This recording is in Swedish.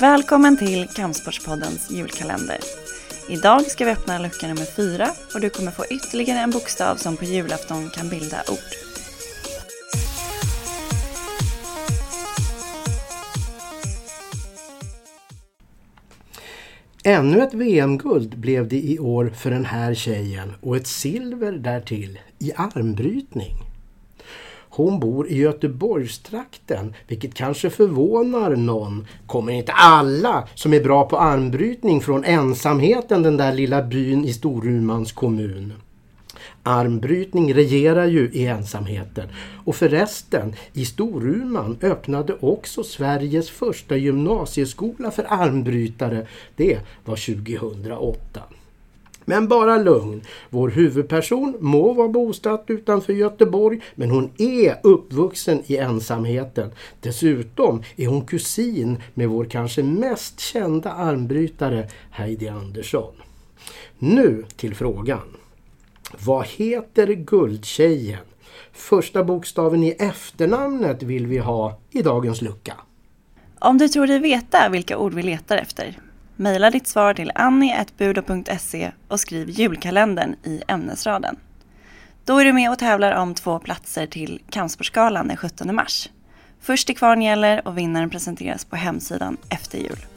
Välkommen till Kampsportspoddens julkalender. Idag ska vi öppna lucka nummer 4 och du kommer få ytterligare en bokstav som på julafton kan bilda ord. Ännu ett VM-guld blev det i år för den här tjejen och ett silver därtill i armbrytning. Hon bor i Göteborgstrakten, vilket kanske förvånar någon. Kommer inte alla som är bra på armbrytning från ensamheten, den där lilla byn i Storumans kommun? Armbrytning regerar ju i ensamheten, och förresten, i Storuman öppnade också Sveriges första gymnasieskola för armbrytare. Det var 2008. Men bara lugn, vår huvudperson må vara bosatt utanför Göteborg, men hon är uppvuxen i ensamheten. Dessutom är hon kusin med vår kanske mest kända armbrytare Heidi Andersson. Nu till frågan. Vad heter guldtjejen? Första bokstaven i efternamnet vill vi ha i dagens lucka. Om du tror dig veta vilka ord vi letar efter, mejla ditt svar till annie@budo.se och skriv julkalendern i ämnesraden. Då är du med och tävlar om 2 platser till Kampsportsgalan den 17 mars. Först till kvarn gäller och vinnaren presenteras på hemsidan efter jul.